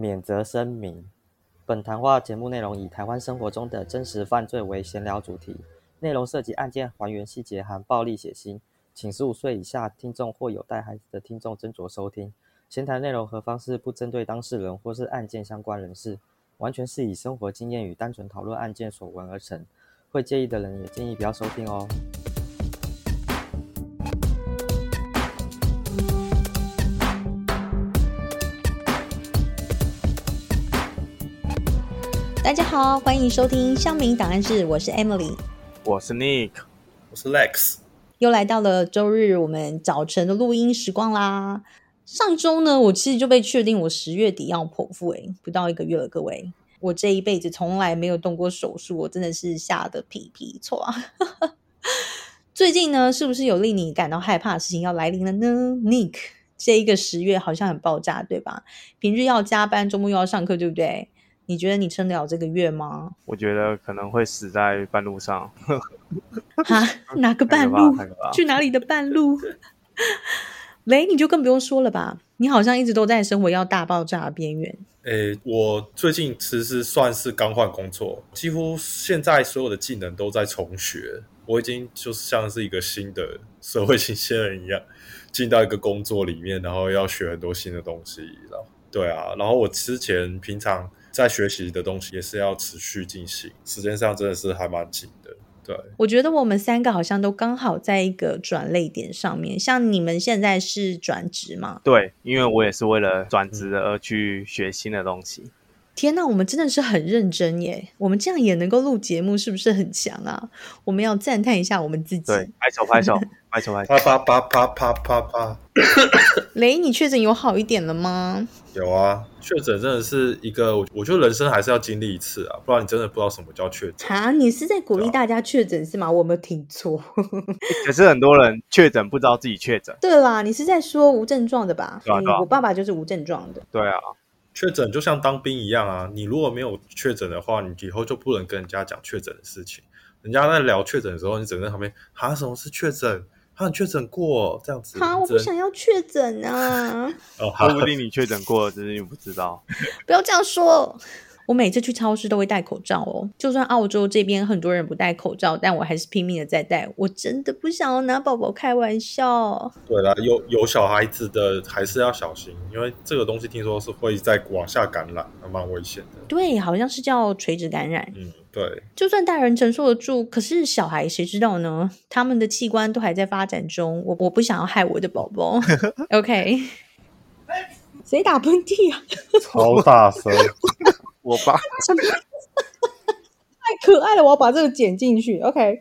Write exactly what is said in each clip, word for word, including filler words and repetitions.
免责声明：本谈话节目内容以台湾生活中的真实犯罪为闲聊主题，内容涉及案件还原细节含暴力血腥，请十五岁以下听众或有带孩子的听众斟酌收听。闲谈内容和方式不针对当事人或是案件相关人士，完全是以生活经验与单纯讨论案件所闻而成，会介意的人也建议不要收听哦。 大家好，欢迎收听乡民档案室，我是 Emily， 我是 Nick， 我是 Lex。 又来到了周日我们早晨的录音时光啦。上周呢，我其实就被确定我十月底要剖腹，诶，不到一个月了，各位。我这一辈子从来没有动过手术，我真的是吓得皮皮挫。最近呢，是不是有令你感到害怕的事情要来临了呢 ？Nick， 这一个十月好像很爆炸，对吧？平日要加班，周末又要上课，对不对？你觉得你撑得了这个月吗？ 我觉得可能会死在半路上。 哈，哪个半路？去哪里的半路？雷，你就更不用说了吧，你好像一直都在生活要大爆炸的边缘。 诶，我最近其实算是刚换工作，几乎现在所有的技能都在重学，我已经就是像是一个新的社会新鲜人一样，进到一个工作里面，然后要学很多新的东西。对啊，然后我之前平常在学习的东西也是要持续进行，时间上真的是还蛮紧的。对， 我觉得我们三个好像都刚好在一个转类点上面。像你们现在是转职吗？ 对，因为我也是为了转职而去学新的东西。 天哪，我们真的是很认真耶！我们这样也能够录节目，是不是很强啊？我们要赞叹一下我们自己。 对，拍手拍手拍手拍手， 啪啪啪啪啪啪啪。 雷，你确诊有好一点了吗？ 有啊，确诊真的是一个，我觉得人生还是要经历一次啊，不然你真的不知道什么叫确诊。 哈，你是在鼓励大家确诊是吗？我有没有听错？ 可是很多人确诊不知道自己确诊。 对啦，你是在说无症状的吧？ 对啊对啊， 我爸爸就是无症状的。 对啊， 确诊就像当兵一样啊，你如果没有确诊的话，你以后就不能跟人家讲确诊的事情。人家在聊确诊的时候，你整个在旁边，哈，什么是确诊？哈，你确诊过这样子？ 哈，我不想要确诊啊！ 哦， 说不定你确诊过了，只是你不知道。 不要这样说。我每次去超市都会戴口罩哦，就算澳洲这边很多人不戴口罩，但我还是拼命的在戴。我真的不想要拿宝宝开玩笑。 对啦，有有小孩子的还是要小心，因为这个东西听说是会再往下感染，还蛮危险的。 对，好像是叫垂直感染。 嗯，对。 就算大人承受得住，可是小孩谁知道呢？他们的器官都还在发展中，我我不想要害我的宝宝。OK， 谁打喷嚏啊？ 超大声！ 我爸太可爱了，我要把这个剪进去。OK，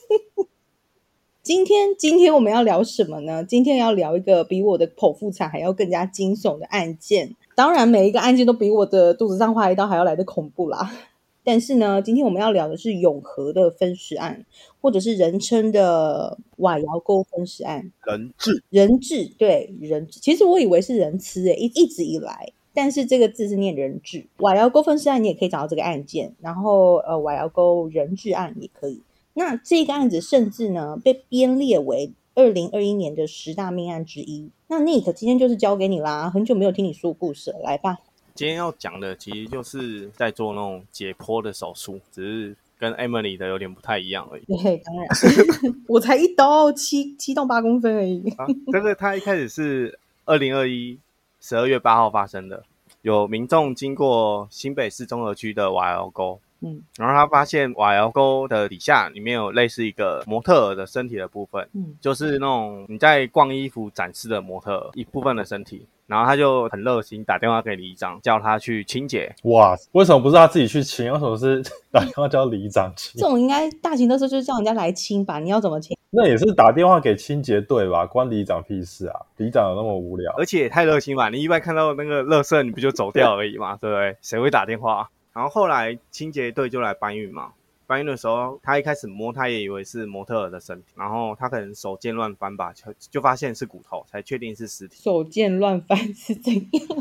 今天今天我们要聊什么呢？今天要聊一个比我的剖腹产还要更加惊悚的案件。当然，每一个案件都比我的肚子上划一刀还要来得恐怖啦。但是呢，今天我们要聊的是永和的分尸案，或者是人称的瓦窑沟分尸案。 人质， 人质，对，人质。其实我以为是人吃诶，一一直以来。但是这个字是念人质，瓦窑沟分尸案你也可以找到这个案件，然后呃瓦窑沟人质案也可以。那这个案子甚至呢被编列为二零二一年的十大命案之一。那 Nick 今天就是交给你啦，很久没有听你说故事了，来吧。 今天要讲的其实就是在做那种解剖的手术，只是跟 Emily 的有点不太一样而已。 对，当然，我才一刀七七到八公分而已。 啊，这个它一开始是二零二一十二月八号发生的，有民众经过新北市中和区的瓦窑沟，嗯，然后他发现瓦窑沟的底下里面有类似一个模特儿的身体的部分，嗯，就是那种你在逛衣服展示的模特儿一部分的身体。然后他就很热心打电话给里长，叫他去清洁。 哇，为什么不是他自己去清？为什么是打电话叫里长清？ 这种应该大型垃圾就是叫人家来清吧？你要怎么清？ 那也是打电话给清洁队吧？关里长屁事啊！里长有那么无聊？ 而且也太热心吧？你一般看到那个垃圾，你不就走掉而已嘛，对不对？谁会打电话？然后后来清洁队就来搬运嘛。搬运的时候，他一开始摸，他也以为是模特儿的身体，然后他可能手贱乱翻吧，就就发现是骨头，才确定是尸体。 手贱乱翻是怎样？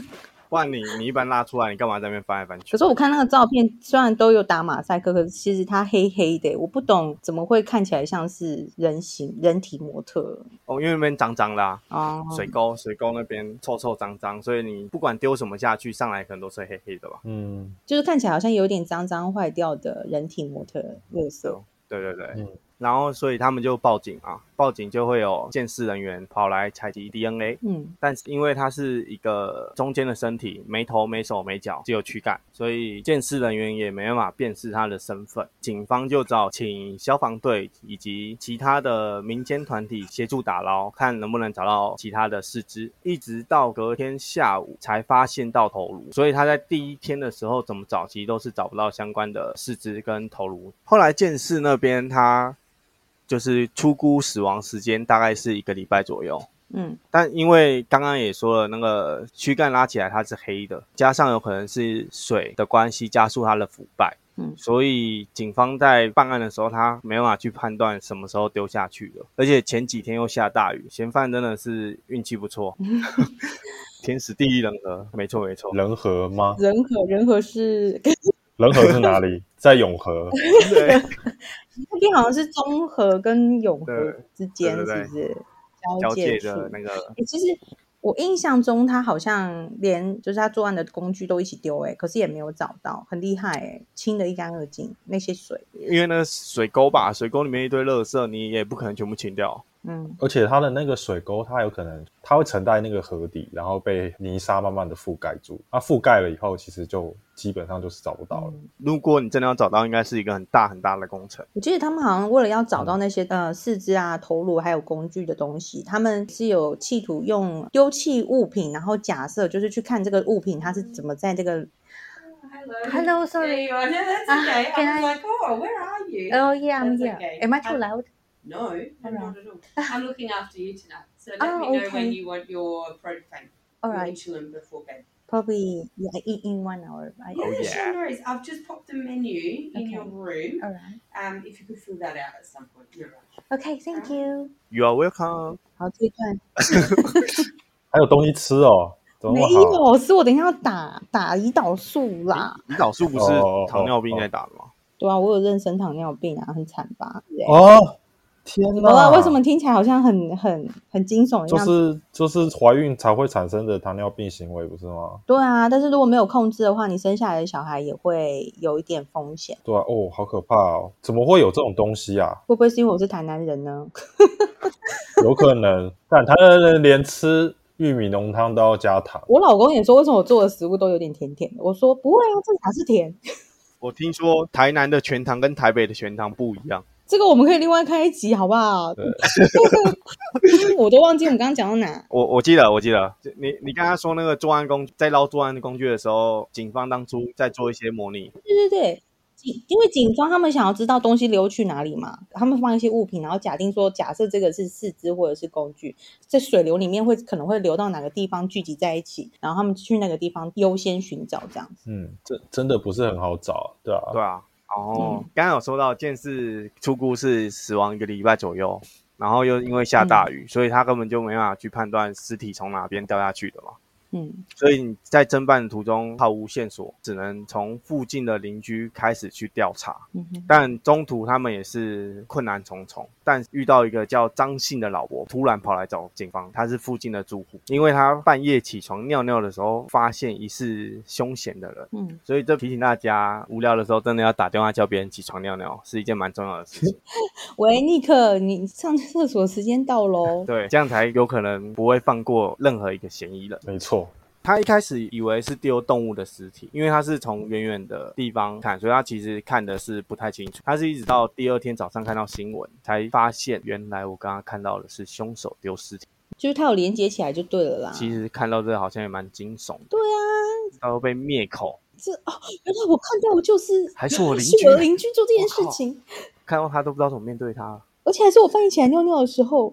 不然你你一般拉出来，你干嘛在那边翻来翻去？ 可是我看那个照片，虽然都有打马赛克，可是其实它黑黑的，我不懂怎么会看起来像是人形人体模特哦，因为那边脏脏啦、 啊、哦， 水沟水沟那边臭臭脏脏，所以你不管丢什么下去，上来可能都是黑黑的吧。 嗯， 就是看起来好像有点脏脏坏掉的人体模特垃圾。 对对对， 嗯然后所以他们就报警啊，报警就会有鉴识人员跑来采集 D N A， 嗯， 但是因为它是一个中间的身体，没头没手没脚，只有躯干，所以鉴识人员也没办法辨识他的身份。警方就找请消防队以及其他的民间团体协助打捞，看能不能找到其他的尸肢，一直到隔天下午才发现到头颅，所以他在第一天的时候怎么找，其实都是找不到相关的尸肢跟头颅。后来鉴识那边他就是初估死亡时间大概是一个礼拜左右， 嗯， 但因为刚刚也说了，那个躯干拉起来它是黑的，加上有可能是水的关系加速它的腐败， 嗯， 所以警方在办案的时候，他没办法去判断什么时候丢下去的，而且前几天又下大雨，嫌犯真的是运气不错，天时地利人和，没错没错， 人和吗？ 人和人和是人和是哪里？在永和。 对， 那边好像是中和跟永和之间， 对对对是不是交界处的那个， 欸，其实我印象中他好像连就是他作案的工具都一起丢，哎，可是也没有找到，很厉害哎，清得一干二净那些水， 因为那个水沟吧，水沟里面一堆垃圾，你也不可能全部清掉。 嗯， 而且它的那个水沟，它有可能它会沉在那个河底，然后被泥沙慢慢的覆盖住。它覆盖了以后，其实就基本上就是找不到了。 嗯， 如果你真的要找到，应该是一个很大很大的工程。 我记得他们好像为了要找到那些、嗯、呃四肢啊、头颅还有工具的东西，他们是有企图用丢弃物品，然后假设就是去看这个物品它是怎么在这个。Hello, sorry. There you are. No, that's okay. Uh, can I was I... like, oh, where are you? Oh, yeah, I'm That's here. okay. Am I too loud? No, no, not at all. I'm looking after you tonight. So let Oh, me know okay. when you want your propane. All Your right. insulin before bed. Probably yeah, in, in one hour. Right? Oh, Yeah, yeah. sure, no worries. I've just popped the menu in Okay. your room. All right. Um, if you could fill that out at some point. No rush. Okay, thank you. You are welcome. 好，这一段还有东西吃哦，怎么没那么好？ 有，是我等一下要打打胰岛素啦。 胰岛素不是哦糖尿病在打的吗？ 对啊，我有妊娠糖尿病啊，很惨吧？对哦，天怎么了？ 哪！ 为什么听起来好像很很很惊悚的就样子？ 是就是怀孕才会产生的糖尿病行为，不是吗？ 对啊，但是如果没有控制的话，你生下来的小孩也会有一点风险。 对啊，哦，好可怕哦！怎么会有这种东西啊？ 会不会是因为我是台南人呢？ 有可能，但他人连吃玉米浓汤都要加糖。 我老公也说，为什么我做的食物都有点甜甜的？我说不会啊，这哪是甜？ 我听说台南的全糖跟台北的全糖不一样。 这个我们可以另外开一集，好不好？我都忘记我们刚刚讲到哪。 我我记得，我记得，你你刚刚说那个作案工在捞作案的工具的时候，警方当初在做一些模拟。 对对对，警因为警方他们想要知道东西流去哪里嘛，他们放一些物品，然后假定说，假设这个是四肢或者是工具，在水流里面会可能会流到哪个地方聚集在一起，然后他们去那个地方优先寻找这样子。 嗯，这真的不是很好找，对啊， 对啊，哦， 嗯刚刚有说到鉴识初估是死亡一个礼拜左右，然后又因为下大雨， 嗯、 所以他根本就没办法去判断尸体从哪边掉下去的嘛。 嗯， 所以你在侦办的途中毫无线索，只能从附近的邻居开始去调查。 嗯哼， 但中途他们也是困难重重，但遇到一个叫张姓的老伯，突然跑来找警方，他是附近的住户，因为他半夜起床尿尿的时候，发现疑似凶险的人。 嗯， 所以这提醒大家，无聊的时候真的要打电话叫别人起床尿尿，是一件蛮重要的事情。 喂，尼克，你上厕所时间到咯。 对，这样才有可能不会放过任何一个嫌疑人。 没错。 他一开始以为是丢动物的尸体，因为他是从远远的地方看，所以他其实看的是不太清楚。他是一直到第二天早上看到新闻，才发现原来我刚刚看到的是凶手丢尸体。 就是他有连接起来就对了啦。 其实看到这个好像也蛮惊悚的。 对啊， 他会被灭口。 这哦，原来我看到的就是还是我邻居， 是我的邻居做这件事情， 看到他都不知道怎么面对他， 而且还是我翻译起来尿尿的时候，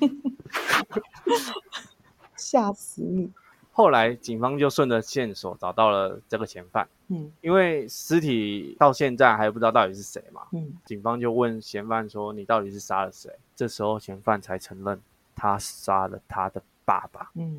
吓死你！ 后来警方就顺着线索找到了这个嫌犯， 嗯， 因为尸体到现在还不知道到底是谁嘛， 嗯， 警方就问嫌犯说：“你到底是杀了谁？”这时候嫌犯才承认他杀了他的爸爸。 嗯，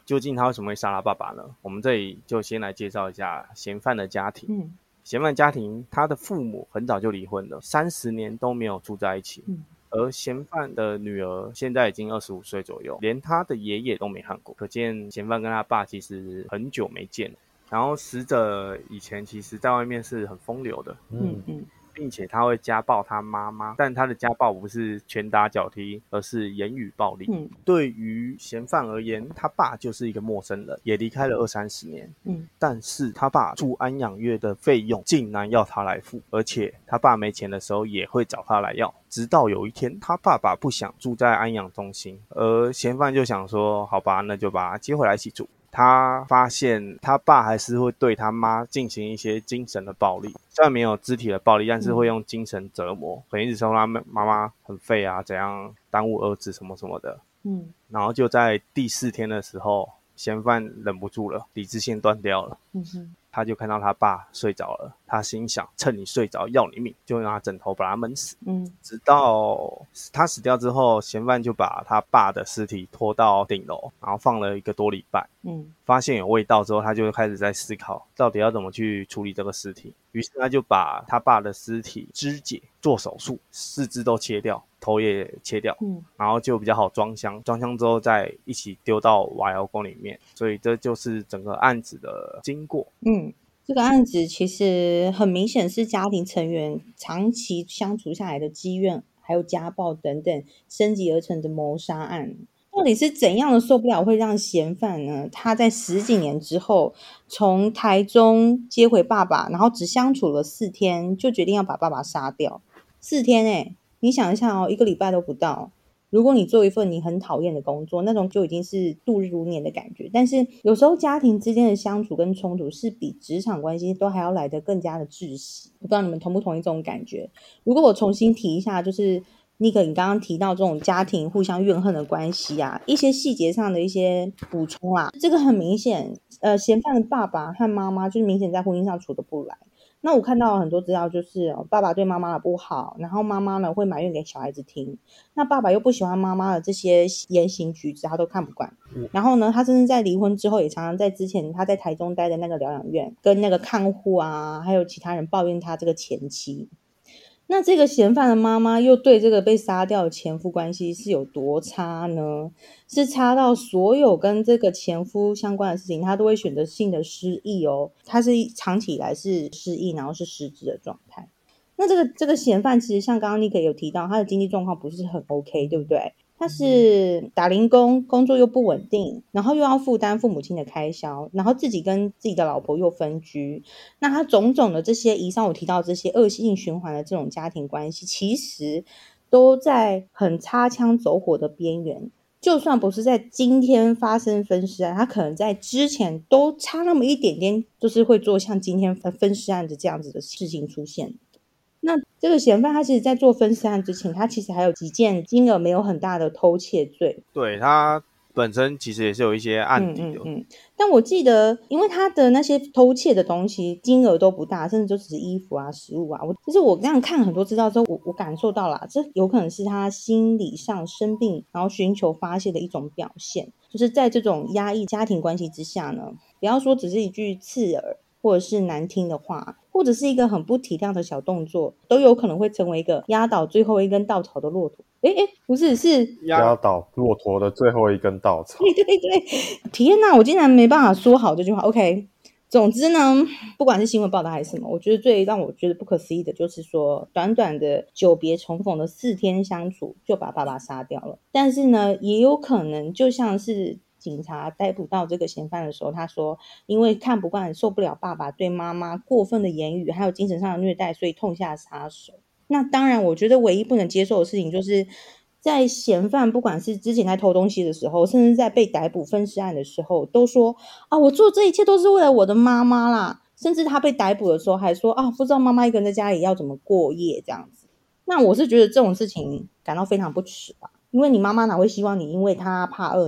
究竟他为什么会杀他爸爸呢？我们这里就先来介绍一下嫌犯的家庭。嗯，嫌犯家庭他的父母很早就离婚了，三十年都没有住在一起。嗯，而嫌犯的女儿现在已经二十五岁左右，连他的爷爷都没看过，可见嫌犯跟他爸其实很久没见了。然后死者以前其实在外面是很风流的，嗯嗯，并且他会家暴他妈妈，但他的家暴不是拳打脚踢，而是言语暴力。嗯，对于嫌犯而言，他爸就是一个陌生人，也离开了二三十年。嗯，但是他爸住安养院的费用竟然要他来付，而且他爸没钱的时候也会找他来要。直到有一天，他爸爸不想住在安养中心，而嫌犯就想说，好吧，那就把他接回来一起住。他发现他爸还是会对他妈进行一些精神的暴力，虽然没有肢体的暴力，但是会用精神折磨，可能一直说他妈妈很废啊，怎样耽误儿子什么什么的。嗯，然后就在第四天的时候，嫌犯忍不住了，理智线断掉了。嗯哼，他就看到他爸睡着了，他心想趁你睡着要你命，就拿枕头把他闷死。嗯，直到他死掉之后，嫌犯就把他爸的尸体拖到顶楼，然后放了一个多礼拜。嗯，发现有味道之后，他就开始在思考到底要怎么去处理这个尸体。于是他就把他爸的尸体肢解，做手术，四肢都切掉，头也切掉，嗯，然后就比较好装箱，装箱之后再一起丢到瓦窑沟里面。所以这就是整个案子的经过。 嗯，这个案子其实很明显是家庭成员长期相处下来的积怨，还有家暴等等升级而成的谋杀案。到底是怎样的受不了会让嫌犯呢？他在十几年之后从台中接回爸爸，然后只相处了四天就决定要把爸爸杀掉。四天欸，你想一下哦，一个礼拜都不到。如果你做一份你很讨厌的工作，那种就已经是度日如年的感觉。但是有时候家庭之间的相处跟冲突是比职场关系都还要来得更加的窒息。不知道你们同不同意这种感觉？如果我重新提一下，就是Nick你刚刚提到这种家庭互相怨恨的关系啊，一些细节上的一些补充啊，这个很明显，呃，嫌犯的爸爸和妈妈就是明显在婚姻上处得不来。那我看到很多资料，就是、哦、爸爸对妈妈的不好，然后妈妈呢会埋怨给小孩子听，那爸爸又不喜欢妈妈的这些言行举止，他都看不惯。然后呢，他甚至在离婚之后，也常常在之前他在台中待的那个疗养院，跟那个看护啊，还有其他人抱怨他这个前妻。那这个嫌犯的妈妈又对这个被杀掉的前夫关系是有多差呢？是差到所有跟这个前夫相关的事情他都会选择性的失忆哦，他是长期以来是失忆，然后是失智的状态。那这个这个嫌犯其实像刚刚 Nick 有提到，他的经济状况不是很 OK， 对不对？他是打零工，工作又不稳定，然后又要负担父母亲的开销，然后自己跟自己的老婆又分居。那他种种的这些以上我提到这些恶性循环的这种家庭关系，其实都在很擦枪走火的边缘。就算不是在今天发生分尸案，他可能在之前都差那么一点点，就是会做像今天分尸案的这样子的事情出现。那这个嫌犯他其实在做分尸案之前，他其实还有几件金额没有很大的偷窃罪。 对，他本身其实也是有一些案底的。嗯嗯嗯， 但我记得因为他的那些偷窃的东西金额都不大，甚至就只是衣服啊食物啊，我就是我这样看很多资料之后，我我感受到了这有可能是他心理上生病然后寻求发泄的一种表现。就是在这种压抑家庭关系之下呢，不要说只是一句刺耳或者是难听的话，或者是一个很不体谅的小动作，都有可能会成为一个压倒最后一根稻草的骆驼。诶诶，不是，是压倒骆驼的最后一根稻草。 对对对，天哪，我竟然没办法说好这句话。OK， 总之呢，不管是新闻报道还是什么，我觉得最让我觉得不可思议的就是说，短短的久别重逢的四天相处，就把爸爸杀掉了。但是呢，也有可能就像是警察逮捕到这个嫌犯的时候，他说因为看不惯受不了爸爸对妈妈过分的言语还有精神上的虐待，所以痛下杀手。那当然我觉得唯一不能接受的事情就是在嫌犯不管是之前在偷东西的时候，甚至在被逮捕分尸案的时候都说啊，我做这一切都是为了我的妈妈啦，甚至他被逮捕的时候还说啊，不知道妈妈一个人在家里要怎么过夜这样子。那我是觉得这种事情感到非常不耻吧，因为你妈妈哪会希望你因为她怕饿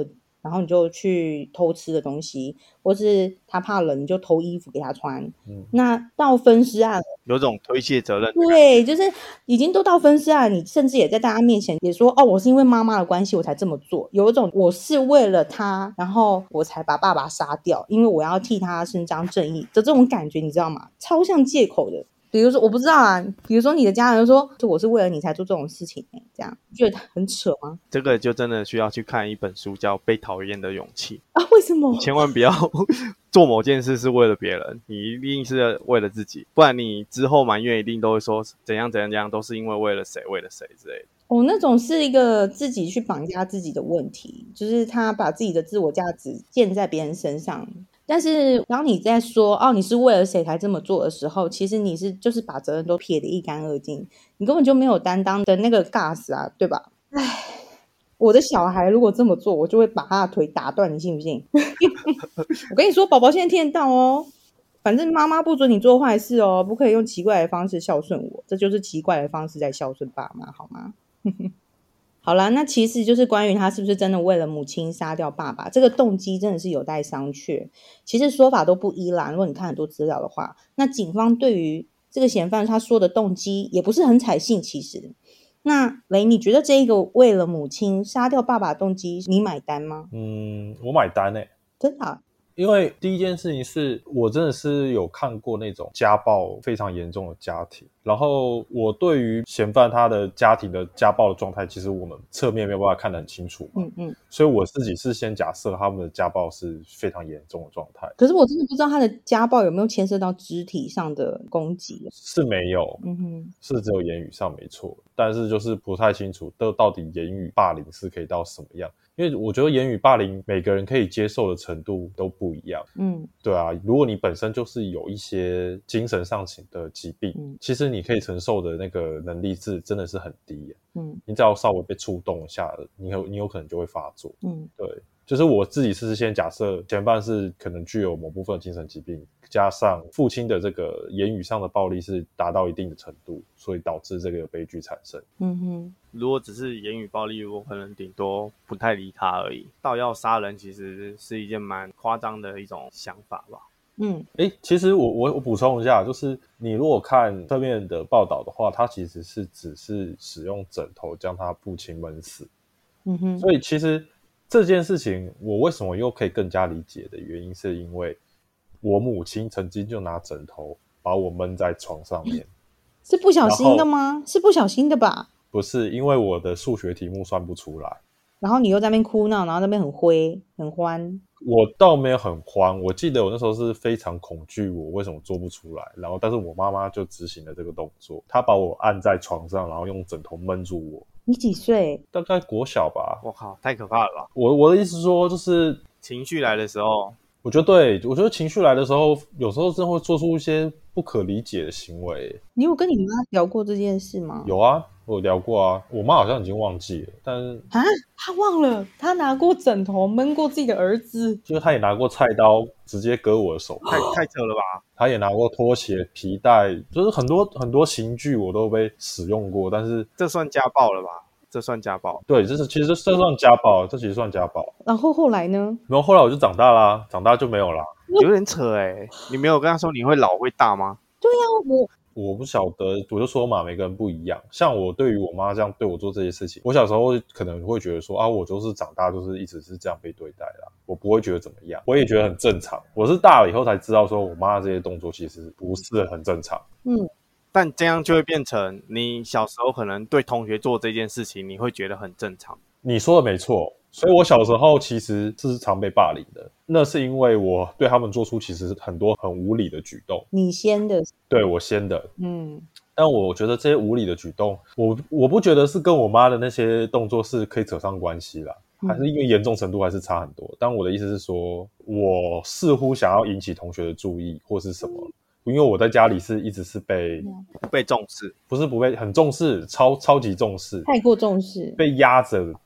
然后你就去偷吃的东西，或是他怕冷你就偷衣服给他穿。嗯，那到分尸案有种推卸责任， 对，就是已经都到分尸案，你甚至也在大家面前也说哦，我是因为妈妈的关系我才这么做，有一种我是为了他然后我才把爸爸杀掉，因为我要替他伸张正义的这种感觉，你知道吗？超像借口的。比如说我不知道啊，比如说你的家人说就我是为了你才做这种事情、欸、这样觉得很扯吗？ 这个就真的需要去看一本书叫《被讨厌的勇气》 啊。为什么？ 你千万不要做某件事是为了别人，你一定是为了自己，不然你之后埋怨一定都会说怎样怎样怎样都是因为为了谁为了谁之类的。 哦，那种是一个自己去绑架自己的问题，就是他把自己的自我价值建在别人身上。但是当你在说哦你是为了谁才这么做的时候，其实你是就是把责任都撇得一干二净，你根本就没有担当的那个 gas 啊，对吧？唉，我的小孩如果这么做我就会把他的腿打断，你信不信？我跟你说宝宝现在听得到哦，反正妈妈不准你做坏事哦，不可以用奇怪的方式孝顺我，这就是奇怪的方式在孝顺爸妈好吗？好啦，那其实就是关于他是不是真的为了母亲杀掉爸爸，这个动机真的是有待商榷。其实说法都不一啦，如果你看很多资料的话，那警方对于这个嫌犯他说的动机也不是很采信。其实那雷，你觉得这一个为了母亲杀掉爸爸的动机你买单吗？ 嗯，我买单欸。 真的啊？ 因为第一件事情是我真的是有看过那种家暴非常严重的家庭，然后我对于嫌犯他的家庭的家暴的状态，其实我们侧面没有办法看得很清楚嘛，嗯嗯，所以我自己是先假设他们的家暴是非常严重的状态。 可是我真的不知道他的家暴有没有牵涉到肢体上的攻击。 是没有，嗯哼，是只有言语上没错，但是就是不太清楚到底言语霸凌是可以到什么样。因为我觉得言语霸凌每个人可以接受的程度都不一样，嗯，对啊，如果你本身就是有一些精神上的疾病，嗯，其实你可以承受的那个能力是真的是很低，嗯，你只要稍微被触动一下，你有你有可能就会发作，嗯，对。就是我自己是先假设嫌犯是可能具有某部分的精神疾病，加上父亲的这个言语上的暴力是达到一定的程度，所以导致这个悲剧产生。嗯哼， 如果只是言语暴力，我可能顶多不太理他而已。到要杀人其实是一件蛮夸张的一种想法吧。 嗯，诶，其实我我我补充一下，就是你如果看侧面的报道的话，他其实是只是使用枕头将他父亲闷死。嗯哼，所以其实这件事情我为什么又可以更加理解的原因，是因为我母亲曾经就拿枕头把我闷在床上面。 是不小心的吗？是不小心的吧？ 不是，因为我的数学题目算不出来， 然后你又在那边哭闹，然后在那边很灰很欢。 我倒没有很欢，我记得我那时候是非常恐惧我为什么做不出来，然后但是我妈妈就执行了这个动作，她把我按在床上，然后用枕头闷住我。 你几岁？ 大概国小吧。 我靠，太可怕了吧。 我我的意思是说，就是情绪来的时候， 我觉得对，我觉得情绪来的时候，有时候真的会做出一些不可理解的行为。 你有跟你妈聊过这件事吗？ 有啊，我有聊过啊。我妈好像已经忘记了，但是啊，她忘了，她拿过枕头闷过自己的儿子， 就是她也拿过菜刀直接割我的手， 太太扯了吧？ 她也拿过拖鞋、皮带，就是很多很多刑具我都被使用过，但是这算家暴了吧？这算家暴？ 对，这是其实这算家暴，这其实算家暴。 然后后来呢？ 然后后来我就长大啦，长大就没有啦。 有点扯哎、欸，你没有跟他说你会老会大吗？ 对呀、啊，我我不晓得，我就说嘛，每个人不一样。像我对于我妈这样对我做这些事情，我小时候可能会觉得说啊，我就是长大就是一直是这样被对待啦，我不会觉得怎么样，我也觉得很正常。我是大了以后才知道说，我妈这些动作其实不是很正常。嗯。 但这样就会变成你小时候可能对同学做这件事情你会觉得很正常。 你说的没错，所以我小时候其实是常被霸凌的，那是因为我对他们做出其实很多很无理的举动。 你先的？ 对，我先的。嗯，但我觉得这些无理的举动，我我不觉得是跟我妈的那些动作是可以扯上关系啦，还是因为严重程度还是差很多。但我的意思是说，我似乎想要引起同学的注意或是什么。因为我在家里是一直是被不被重视， 不是不被很重视，超超级重视， 太过重视， 被压着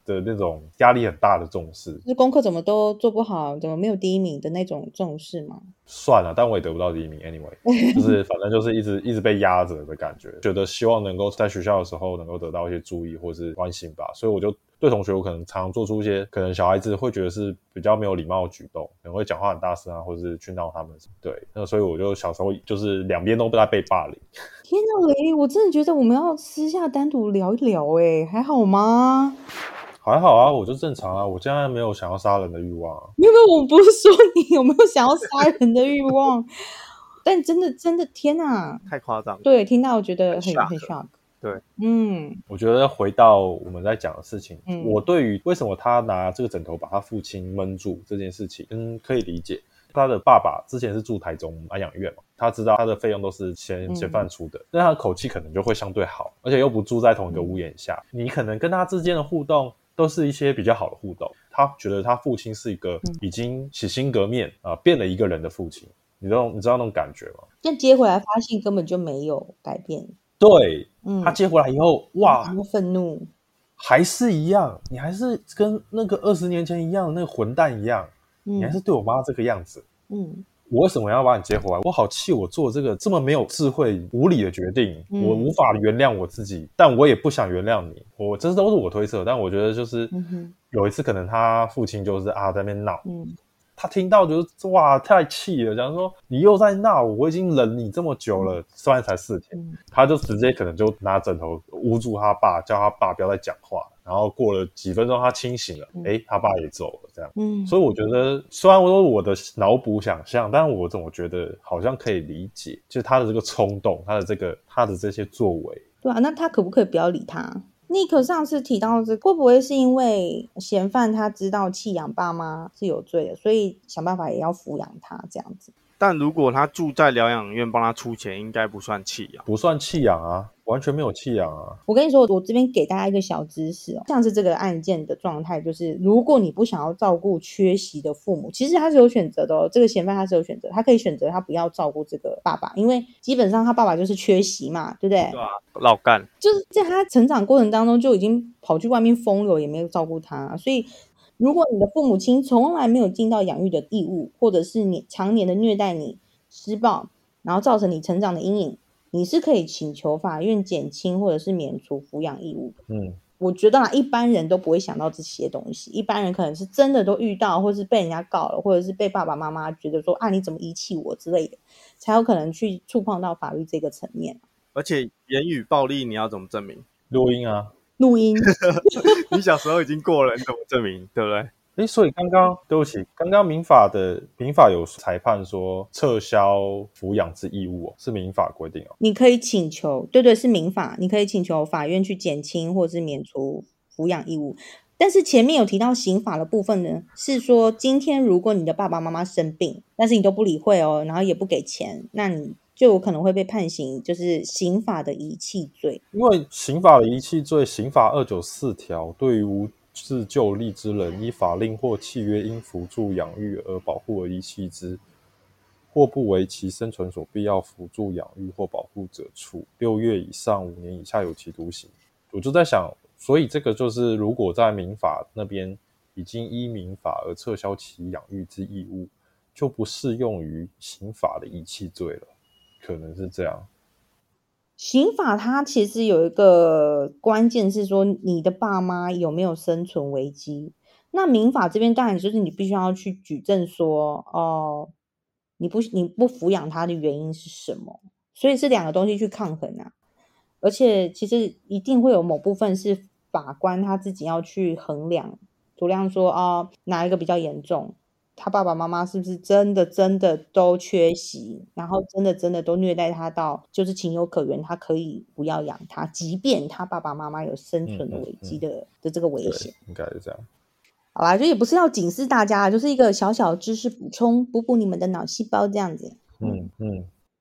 的那种压力很大的重视， 就是功课怎么都做不好，怎么没有第一名的那种重视吗？ 算了，但我也得不到第一名 anyway 就是反正就是一直一直被压着的感觉，觉得希望能够在学校的时候能够得到一些注意或是关心吧，所以我就对同学我可能常常做出一些可能小孩子会觉得是比较没有礼貌的举动，可能会讲话很大声啊，或者是去闹他们，对，那所以我就小时候就是两边都在被霸凌。 天哪，雷，我真的觉得我们要私下单独聊一聊，哎，还好吗？ 还好啊，我就正常啊，我现在没有想要杀人的欲望啊。 没有没有，我不是说你有没有想要杀人的欲望，但真的真的天哪， 太夸张。 对，听到我觉得很很 shock。 对， 嗯， 我觉得回到我们在讲的事情， 嗯、 我对于为什么他拿这个枕头把他父亲闷住这件事情，嗯，可以理解。他的爸爸之前是住台中安养院嘛，他知道他的费用都是嫌嫌犯出的，但他的口气可能就会相对好，而且又不住在同一个屋檐下，嗯、你可能跟他之间的互动都是一些比较好的互动。他觉得他父亲是一个已经洗心革面啊、呃，变了一个人的父亲，你知道你知道那种感觉吗？ 但接回来发现根本就没有改变。 对， 嗯， 他接回来以后，哇， 愤怒， 还是一样，你还是跟那个二十年前一样，那个混蛋一样。你还是对我妈这个样子，嗯，我为什么要把你接回来？我好气，我做这个这么没有智慧、无理的决定，嗯、我无法原谅我自己，但我也不想原谅你。我这都是我推测，但我觉得就是有一次，可能他父亲就是啊在那边闹，嗯，他听到就是哇太气了，讲说你又在闹，我已经忍你这么久了，虽然才四天，嗯、他就直接可能就拿枕头捂住他爸，叫他爸不要再讲话。然后过了几分钟他清醒了，诶、嗯、他爸也走了这样，嗯，所以我觉得虽然说我的脑补想象，但我总觉得好像可以理解，就是他的这个冲动，他的这个他的这些作为。 对啊，那他可不可以不要理他？Nick 上次提到这会不会是因为嫌犯他知道弃养爸妈是有罪的，所以想办法也要抚养他这样子？ 但如果他住在疗养院帮他出钱，应该不算弃养， 不算弃养啊，完全没有弃养啊。 我跟你说，我这边给大家一个小知识哦，像是这个案件的状态，就是如果你不想要照顾缺席的父母，其实他是有选择的哦。这个嫌犯他是有选择，他可以选择他不要照顾这个爸爸，因为基本上他爸爸就是缺席嘛，对不对？ 对啊，老干， 就是在他成长过程当中就已经跑去外面风流，也没有照顾他，所以。如果你的父母亲从来没有尽到养育的义务，或者是你常年的虐待你、施暴，然后造成你成长的阴影，你是可以请求法院减轻或者是免除抚养义务的。嗯，我觉得啦，一般人都不会想到这些东西，一般人可能是真的都遇到，或是被人家告了，或者是被爸爸妈妈觉得说啊你怎么遗弃我之类的，才有可能去触碰到法律这个层面。 而且言语暴力你要怎么证明？ 录音啊。 录音你小时候已经过了，你怎么证明？对不对？ 诶，所以刚刚对不起，刚刚民法的民法有裁判说撤销抚养之义务哦，是民法规定哦。 你可以请求，对对，是民法，你可以请求法院去减轻或者是免除抚养义务。但是前面有提到刑法的部分呢，是说今天如果你的爸爸妈妈生病，但是你都不理会哦，然后也不给钱，那你就有可能会被判刑，就是刑法的遗弃罪。 因为刑法的遗弃罪，刑法二九四条对于无自救力之人，依法令或契约因辅助养育而保护而遗弃之，或不为其生存所必要辅助养育或保护者，处六月以上五年以下有期徒刑。我就在想，所以这个就是如果在民法那边已经依民法而撤销其养育之义务，就不适用于刑法的遗弃罪了。可能是这样。 刑法它其实有一个关键是说你的爸妈有没有生存危机，那民法这边当然就是你必须要去举证说哦，你不你不抚养他的原因是什么，所以是两个东西去抗衡啊。而且其实一定会有某部分是法官他自己要去衡量衡量说哦，哪一个比较严重，他爸爸妈妈是不是真的真的都缺席，然后真的真的都虐待他到就是情有可原，他可以不要养他，即便他爸爸妈妈有生存的危机的、嗯嗯、的这个危险， 应该是这样。 好啦，就也不是要警示大家，就是一个小小知识补充，补补你们的脑细胞这样子。 嗯嗯。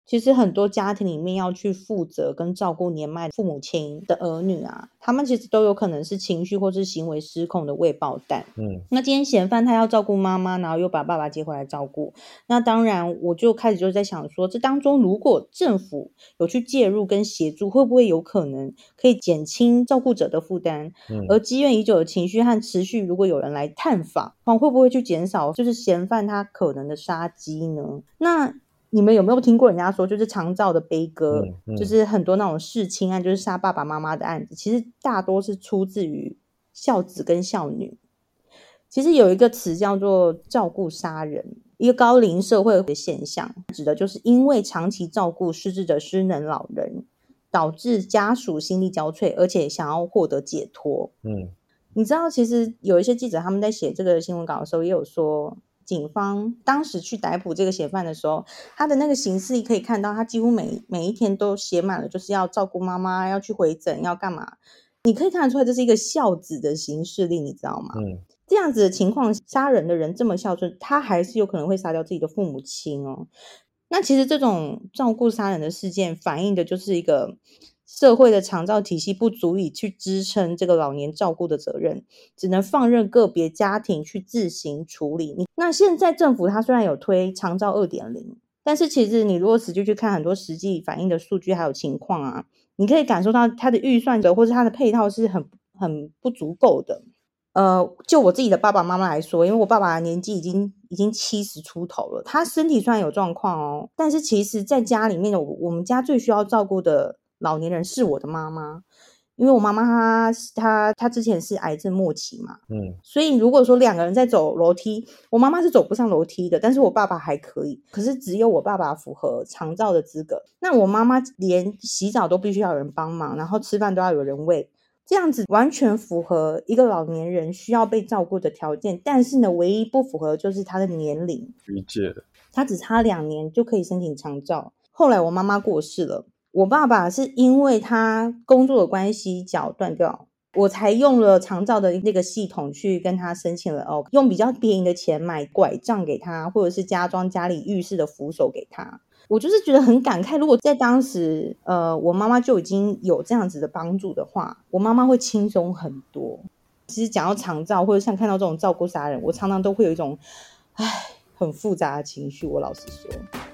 其实很多家庭里面要去负责跟照顾年迈父母亲的儿女啊，他们其实都有可能是情绪或是行为失控的未爆弹。嗯，那今天嫌犯他要照顾妈妈，然后又把爸爸接回来照顾，那当然我就开始就在想说，这当中如果政府有去介入跟协助，会不会有可能可以减轻照顾者的负担？嗯，而积怨已久的情绪和持续，如果有人来探访，会不会去减少就是嫌犯他可能的杀机呢？那你们有没有听过人家说，就是长照的悲歌、嗯嗯、就是很多那种弑亲案，就是杀爸爸妈妈的案子，其实大多是出自于孝子跟孝女。其实有一个词叫做照顾杀人，一个高龄社会的现象，指的就是因为长期照顾失智的失能老人，导致家属心力交瘁，而且想要获得解脱。嗯，你知道其实有一些记者他们在写这个新闻稿的时候也有说，警方当时去逮捕这个嫌犯的时候，他的那个行事历可以看到，他几乎每每一天都写满了，就是要照顾妈妈，要去回诊，要干嘛？你可以看得出来，这是一个孝子的行事历，你知道吗？嗯，这样子的情况，杀人的人这么孝顺，他还是有可能会杀掉自己的父母亲哦。那其实这种照顾杀人的事件，反映的就是一个社会的长照体系不足以去支撑这个老年照顾的责任，只能放任个别家庭去自行处理。那现在政府它虽然有推长照 二点零， 但是其实你如果实际去看很多实际反映的数据还有情况啊，你可以感受到它的预算的或是它的配套是很很不足够的。呃，就我自己的爸爸妈妈来说，因为我爸爸年纪已经已经七十出头了，他身体虽然有状况哦，但是其实在家里面的我我们家最需要照顾的老年人是我的妈妈，因为我妈妈她她她之前是癌症末期嘛，嗯，所以如果说两个人在走楼梯，我妈妈是走不上楼梯的，但是我爸爸还可以，可是只有我爸爸符合长照的资格，那我妈妈连洗澡都必须要有人帮忙，然后吃饭都要有人喂，这样子完全符合一个老年人需要被照顾的条件，但是呢，唯一不符合就是他的年龄， 理解， 他只差两年就可以申请长照。后来我妈妈过世了，我爸爸是因为他工作的关系脚断掉，我才用了长照的那个系统去跟他申请了哦，用比较便宜的钱买拐杖给他，或者是加装家里浴室的扶手给他。我就是觉得很感慨，如果在当时呃，我妈妈就已经有这样子的帮助的话，我妈妈会轻松很多。其实讲到长照或者像看到这种照顾杀人，我常常都会有一种唉很复杂的情绪，我老实说。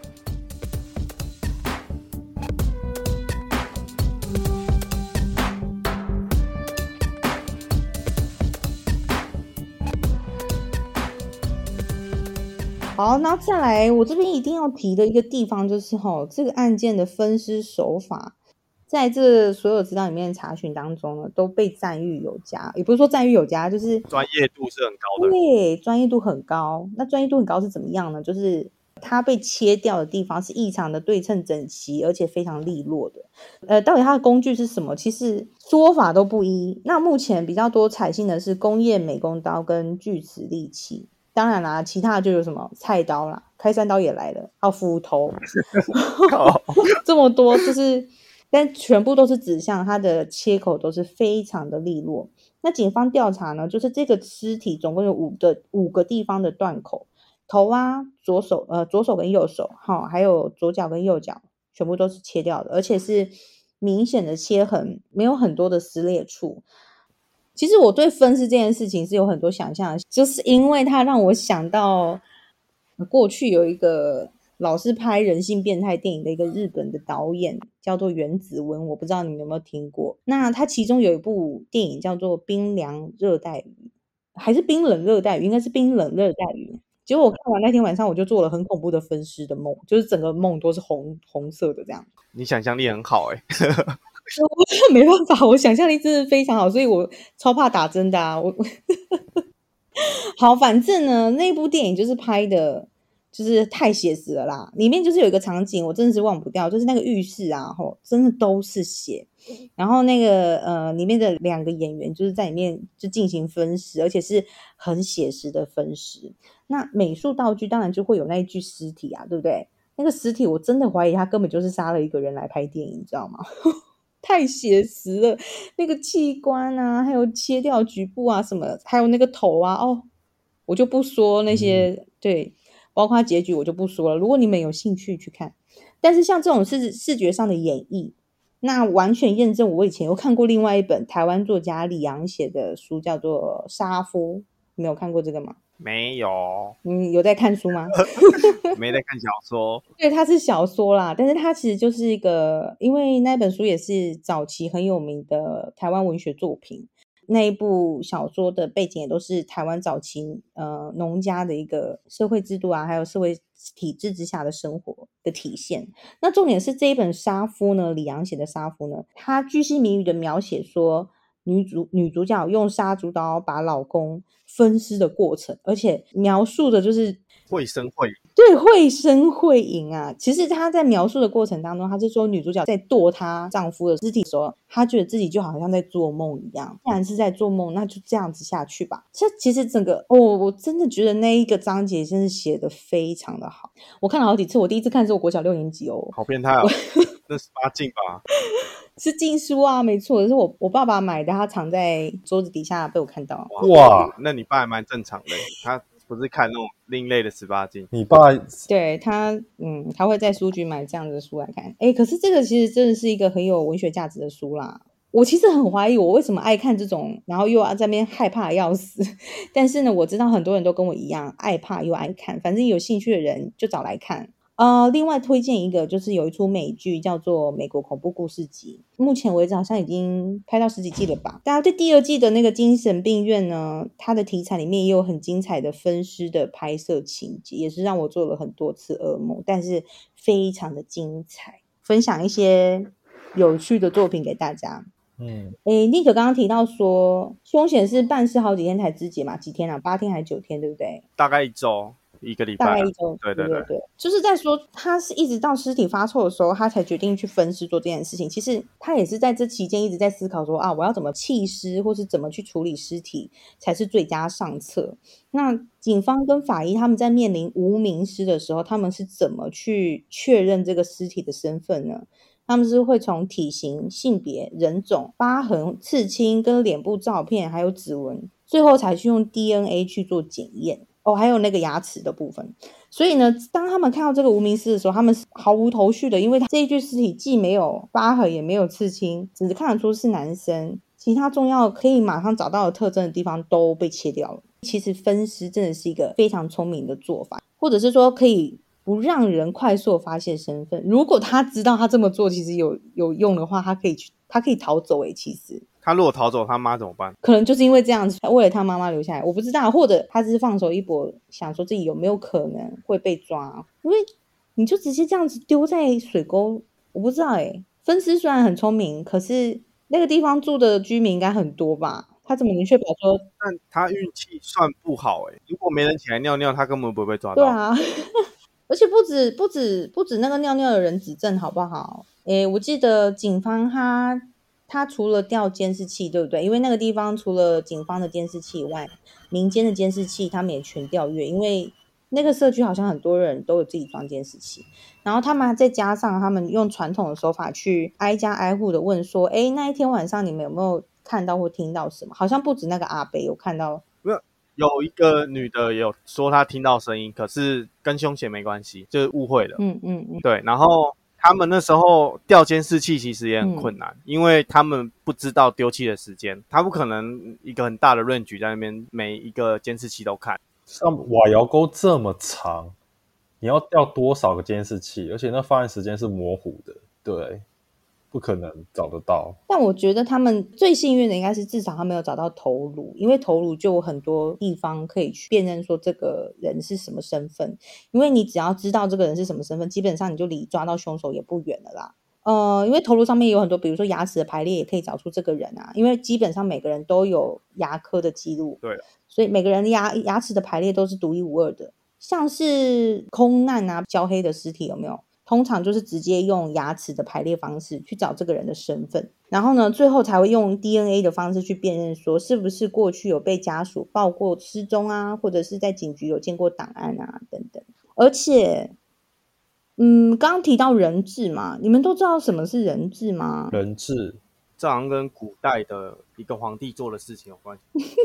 好，那再来我这边一定要提的一个地方就是齁，这个案件的分尸手法在这所有资料里面查询当中呢，都被赞誉有加，也不是说赞誉有加，就是专业度是很高的。 对，专业度很高。那专业度很高是怎么样呢？就是它被切掉的地方是异常的对称整齐，而且非常利落的。呃，到底它的工具是什么？其实说法都不一。那目前比较多采信的是工业美工刀跟锯齿利器。当然啦，其他的就有什么菜刀啦，开山刀也来了，还有斧头，这么多，就是但全部都是指向它的切口都是非常的利落。那警方调查呢，就是这个尸体总共有五个五个地方的断口，头啊，左手呃左手跟右手，哈，还有左脚跟右脚，全部都是切掉的，而且是明显的切痕，没有很多的撕裂处。其实我对分尸这件事情是有很多想象的，就是因为它让我想到过去有一个老是拍人性变态电影的一个日本的导演叫做原子温，我不知道你们有没有听过。那他其中有一部电影叫做冰凉热带鱼，还是冰冷热带鱼，应该是冰冷热带鱼。结果我看完那天晚上我就做了很恐怖的分尸的梦，就是整个梦都是红红色的这样。 你想象力很好欸没办法，我想象力真的非常好，所以我超怕打针的啊。我好，反正呢，那部电影就是拍的，就是太写实了啦。里面就是有一个场景，我真的是忘不掉，就是那个浴室啊，吼，真的都是血。然后那个呃，里面的两个演员就是在里面就进行分尸，而且是很写实的分尸。那美术道具当然就会有那一具尸体啊，对不对？那个尸体我真的怀疑他根本就是杀了一个人来拍电影，你知道吗？太写实了，那个器官啊，还有切掉局部啊什么，还有那个头啊，哦，我就不说那些、嗯、对， 包括结局我就不说了，如果你们有兴趣去看。但是像这种视视觉上的演绎，那完全验证我以前有看过另外一本台湾作家李昂写的书，叫做《杀夫》，你没有看过这个吗？ 没有。 你有在看书吗？ 没在看小说。 对，它是小说啦，但是它其实就是一个，因为那本书也是早期很有名的台湾文学作品，那一部小说的背景也都是台湾早期呃农家的一个社会制度啊，还有社会体制之下的生活的体现。那重点是这一本《杀夫》呢，李昂写的《杀夫》呢，他钜细靡遗的描写说女主女主角用杀猪刀把老公分尸的过程，而且描述的就是绘声绘影。 对，绘声绘影啊。其实她在描述的过程当中，她是说女主角在剁她丈夫的尸体的时候，她觉得自己就好像在做梦一样。既然是在做梦，那就这样子下去吧。这其实整个哦，我真的觉得那一个章节真是写得非常的好。我看了好几次，我第一次看是我国小六年级哦。 好变态哦！那十八禁吧？ 是禁书啊，没错，是我我爸爸买的，他藏在桌子底下被我看到。 哇，那你爸还蛮正常的，他不是看那种另类的十八禁。 你爸对他，嗯，他会在书局买这样的书来看。哎，可是这个其实真的是一个很有文学价值的书啦。我其实很怀疑我为什么爱看这种，然后又要在那边害怕要死。但是呢，我知道很多人都跟我一样爱怕又爱看，反正有兴趣的人就找来看。呃，另外推荐一个，就是有一出美剧叫做《美国恐怖故事集》，目前为止好像已经拍到十几季了吧。大家对第二季的那个精神病院呢，它的题材里面也有很精彩的分尸的拍摄情节，也是让我做了很多次噩梦，但是非常的精彩。分享一些有趣的作品给大家。嗯，诶，尼克刚刚提到说，凶险是办事好几天才肢解嘛？几天啊？八天还是九天，对不对？ 大概一周。一个礼拜、啊、 大概一周， 对对 对, 对对对，就是在说他是一直到尸体发臭的时候，他才决定去分尸做这件事情。其实他也是在这期间一直在思考说啊，我要怎么弃尸，或是怎么去处理尸体才是最佳上策。那警方跟法医他们在面临无名尸的时候，他们是怎么去确认这个尸体的身份呢？他们是会从体型、性别、人种、疤痕、刺青跟脸部照片还有指纹，最后才去用 D N A 去做检验。哦，还有那个牙齿的部分。所以呢，当他们看到这个无名尸的时候，他们是毫无头绪的，因为这一具尸体既没有疤痕也没有刺青，只是看得出是男生，其他重要可以马上找到的特征的地方都被切掉了。其实分尸真的是一个非常聪明的做法，或者是说可以不让人快速发现身份。如果他知道他这么做其实有有用的话，他可以去他可以逃走诶、欸、其实他如果逃走，他妈怎么办？ 可能就是因为这样子，为了他妈妈留下来，我不知道，或者他只是放手一搏，想说自己有没有可能会被抓，因为你就直接这样子丢在水沟，我不知道诶。分尸虽然很聪明，可是那个地方住的居民应该很多吧？他怎么能确保说？ 但他运气算不好诶，如果没人起来尿尿，他根本不会被抓到。 对啊，而且不止不止不止那个尿尿的人指证，好不好？诶，我记得警方他。他除了调监视器，对不对？因为那个地方除了警方的监视器以外，民间的监视器他们也全调阅，因为那个社区好像很多人都有自己装监视器，然后他们再加上他们用传统的手法去挨家挨户的问说，诶，那一天晚上你们有没有看到或听到什么？好像不止那个阿伯有看到， 没有，有一个女的也有说她听到声音，可是跟凶险没关系，就是误会了。 嗯嗯嗯， 对，然后他们那时候调监视器其实也很困难、嗯、因为他们不知道丢弃的时间，他不可能一个很大的range在那边每一个监视器都看。 像瓦窑沟这么长，你要调多少个监视器？而且那发案时间是模糊的，对，不可能找得到。 但我觉得他们最幸运的应该是至少他没有找到头颅，因为头颅就有很多地方可以去辨认说这个人是什么身份，因为你只要知道这个人是什么身份，基本上你就离抓到凶手也不远了啦。呃，因为头颅上面有很多比如说牙齿的排列也可以找出这个人啊，因为基本上每个人都有牙科的记录， 对， 所以每个人的牙牙齿的排列都是独一无二的。像是空难啊焦黑的尸体有没有，通常就是直接用牙齿的排列方式去找这个人的身份，然后呢最后才会用 D N A 的方式去辨认说是不是过去有被家属报过失踪啊，或者是在警局有见过档案啊等等。而且嗯，刚刚提到人质嘛，你们都知道什么是人质吗？ 人质这好像跟古代的一个皇帝做的事情有关系。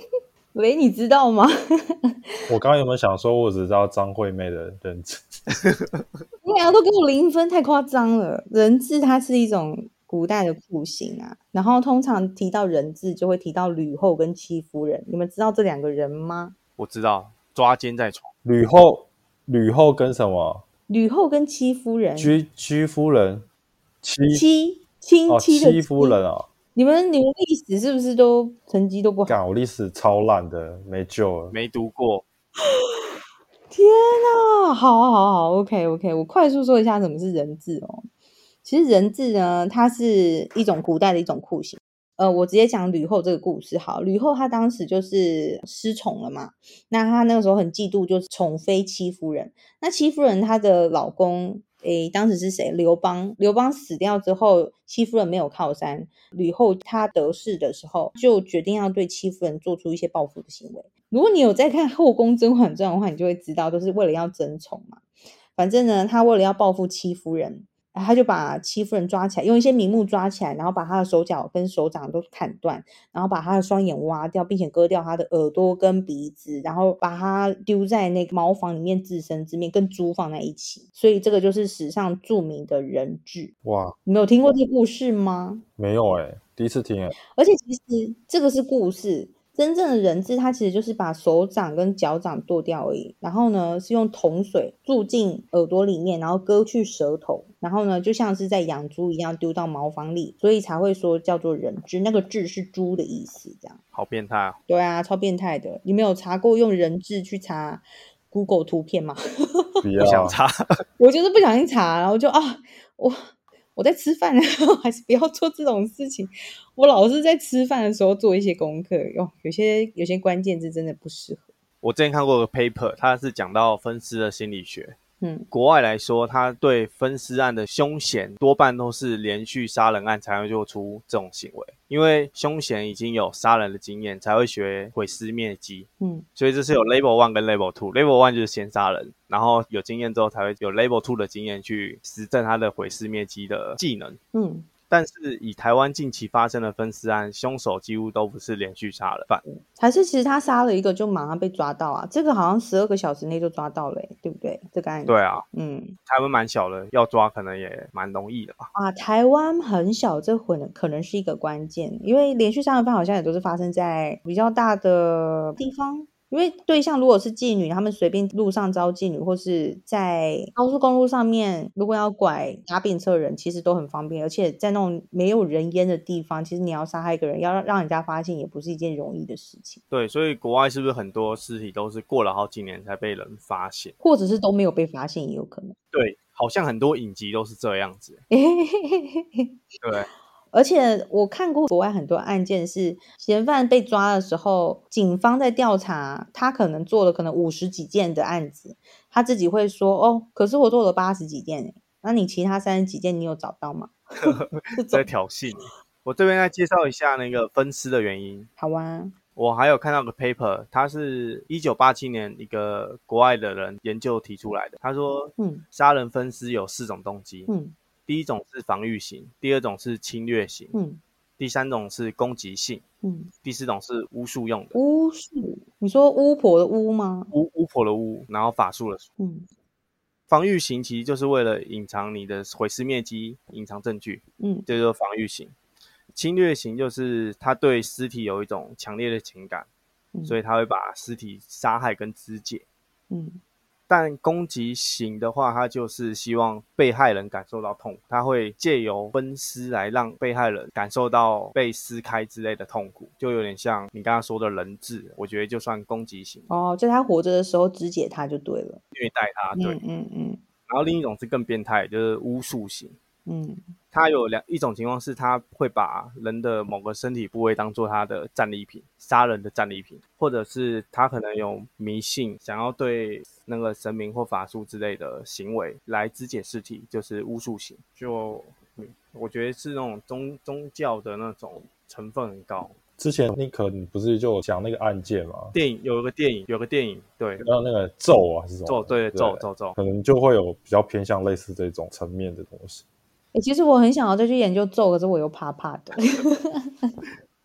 喂，你知道吗？ 我刚刚有没有想说，我只知道张惠妹的人质？ 你俩都给我零分，太夸张了。人质它是一种古代的酷刑啊，然后通常提到人质就会提到吕后跟戚夫人，你们知道这两个人吗？ 我知道，抓奸在床。 吕后，吕后跟什么？ 吕后跟戚夫人。 居居夫人，戚戚亲戚的戚夫人啊。 你们你们历史是不是都成绩都不好？ 干，我历史超烂的，没救了， 没读过。 天啊，好好好 ，OK OK， 我快速说一下什么是人质哦。其实人质呢，它是一种古代的一种酷刑。呃，我直接讲吕后这个故事好。吕后她当时就是失宠了嘛，那她那个时候很嫉妒，就是宠妃戚夫人。那戚夫人她的老公，诶，当时是谁？刘邦。刘邦死掉之后，戚夫人没有靠山，吕后她得势的时候，就决定要对戚夫人做出一些报复的行为。如果你有在看《后宫甄嬛传》的话，你就会知道，都是为了要争宠嘛。反正呢，他为了要报复戚夫人，他就把戚夫人抓起来，用一些名目抓起来，然后把他的手脚跟手掌都砍断，然后把他的双眼挖掉，并且割掉他的耳朵跟鼻子，然后把他丢在那个茅房里面自生自灭，跟猪放在一起。所以这个就是史上著名的人质。 哇， 你没有听过这个故事吗？ 没有哎、欸，第一次听哎、欸。 而且其实这个是故事。真正的人质，它其实就是把手掌跟脚掌剁掉而已，然后呢是用铜水注进耳朵里面，然后割去舌头，然后呢就像是在养猪一样丢到茅房里，所以才会说叫做人质，那个质是猪的意思，这样。 好变态啊！ 对啊，超变态的。你没有查过用人质去查 Google 图片吗？ 不要， 不想查。 我就是不小心查，然后就啊，我我在吃饭，还是不要做这种事情。我老是在吃饭的时候做一些功课，哟，有些有些关键字真的不适合。 我之前看过个 paper， 它是讲到分尸的心理学。 嗯， 国外来说，他对分尸案的凶嫌多半都是连续杀人案才会做出这种行为，因为凶嫌已经有杀人的经验，才会学毁尸灭迹。嗯，所以这是有 level one 跟 level two。level one 就是先杀人，然后有经验之后才会有 level two 的经验去实证他的毁尸灭迹的技能。嗯。但是以台湾近期发生的分尸案，凶手几乎都不是连续杀人犯， 还是其实他杀了一个就马上被抓到啊？这个好像十二个小时内就抓到了、欸，对不对？这个案子。 对啊， 嗯， 台湾蛮小的，要抓可能也蛮容易的吧？ 啊，台湾很小，这可能可能是一个关键，因为连续杀人犯好像也都是发生在比较大的地方。因为对象如果是妓女，他们随便路上招妓女，或是在高速公路上面，如果要拐搭便车人，其实都很方便。而且在那种没有人烟的地方，其实你要杀害一个人，要让人家发现，也不是一件容易的事情。 对，所以国外是不是很多尸体都是过了好几年才被人发现， 或者是都没有被发现，也有可能。 对，好像很多影集都是这样子。对。 而且我看过国外很多案件是嫌犯被抓的时候，警方在调查，他可能做了可能五十几件的案子，他自己会说哦，可是我做了八十几件耶，那你其他三十几件你有找到吗？ 在挑衅。我这边再介绍一下那个分尸的原因。 好啊。 我还有看到个 paper， 它是一九八七年一个国外的人研究提出来的。他说，嗯，杀人分尸有四种动机。嗯。第一种是防御型，第二种是侵略型，嗯，第三种是攻击性，嗯，第四种是巫术用的。 巫术？你说巫婆的巫吗？ 巫巫婆的巫，然后法术的术。嗯，防御型其实就是为了隐藏你的毁尸灭迹，隐藏证据，嗯，这就是防御型。侵略型就是他对尸体有一种强烈的情感，嗯，所以他会把尸体杀害跟肢解，嗯。但攻击型的话，他就是希望被害人感受到痛苦，他会借由分尸来让被害人感受到被撕开之类的痛苦，就有点像你刚刚说的人质，我觉得就算攻击型。 哦，在他活着的时候肢解他就对了， 虐待他，对， 嗯嗯嗯。 然后另一种是更变态，就是巫术型。嗯，他有两一种情况是他会把人的某个身体部位当作他的战利品，杀人的战利品，或者是他可能有迷信，想要对那个神明或法术之类的行为来肢解尸体，就是巫术型。就我觉得是那种宗宗教的那种成分很高。 之前尼克你不是就有讲那个案件吗？ 电影有一个电影，有个电影，对， 然后那个咒啊，是什么？ 咒，对，咒咒咒， 可能就会有比较偏向类似这种层面的东西。 欸、其实我很想要再去研究咒，可是我又怕怕的。